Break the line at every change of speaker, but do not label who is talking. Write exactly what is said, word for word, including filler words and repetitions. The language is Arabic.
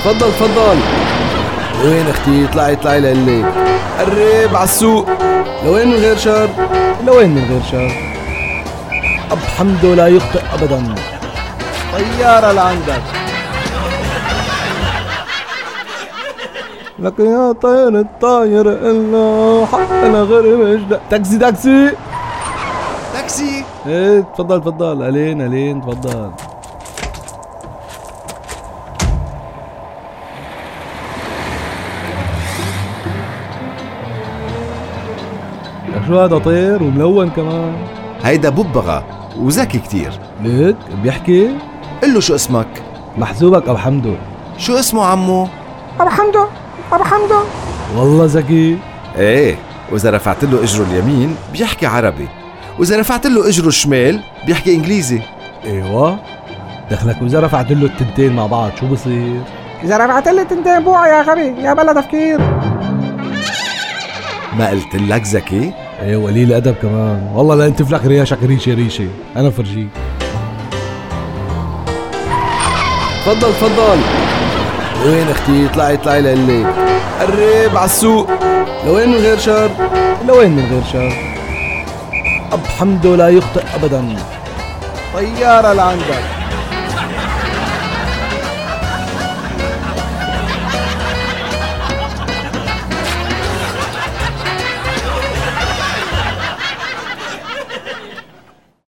تفضل تفضل. لوين اختي؟ اطلعي اطلعي لقلك. قرب عالسوق. لوين من غير شر؟
لوين من غير شر؟ أب حمدو لا يخطئ أبدا.
طيارة لعندك.
لك يا طير الطاير إلا حق أنا غير مجد. تاكسي تاكسي
تاكسي.
ايه تفضل تفضل. ألين ألين تفضل. شو هذا طير وملون كمان؟
هيدا ببغى وذكي كتير.
ليك بيحكي؟
قل له شو اسمك؟
محسوبك أبو حمدو.
شو اسمه عمو؟
أبو حمدو أبو حمدو. والله ذكي.
ايه، واذا رفعت له اجره اليمين بيحكي عربي، واذا رفعت له اجره الشمال بيحكي انجليزي.
ايوه دخلك. واذا رفعت له التنتين مع بعض شو بصير؟
اذا رفعت لي التنتين بوعى يا غبي يا بلا تفكير.
ما قلت لك ذكي؟
ايه وليل ادب كمان. والله لا انت فلك رياشك ريشه ريشه. انا فرجيك.
تفضل تفضل. وين اختي؟ اطلعي اطلعي لقلك. قرب عالسوق. لوين من غير شر؟
لوين من غير شر؟ أب حمدو لا يخطئ أبدا.
طيارة لعندك.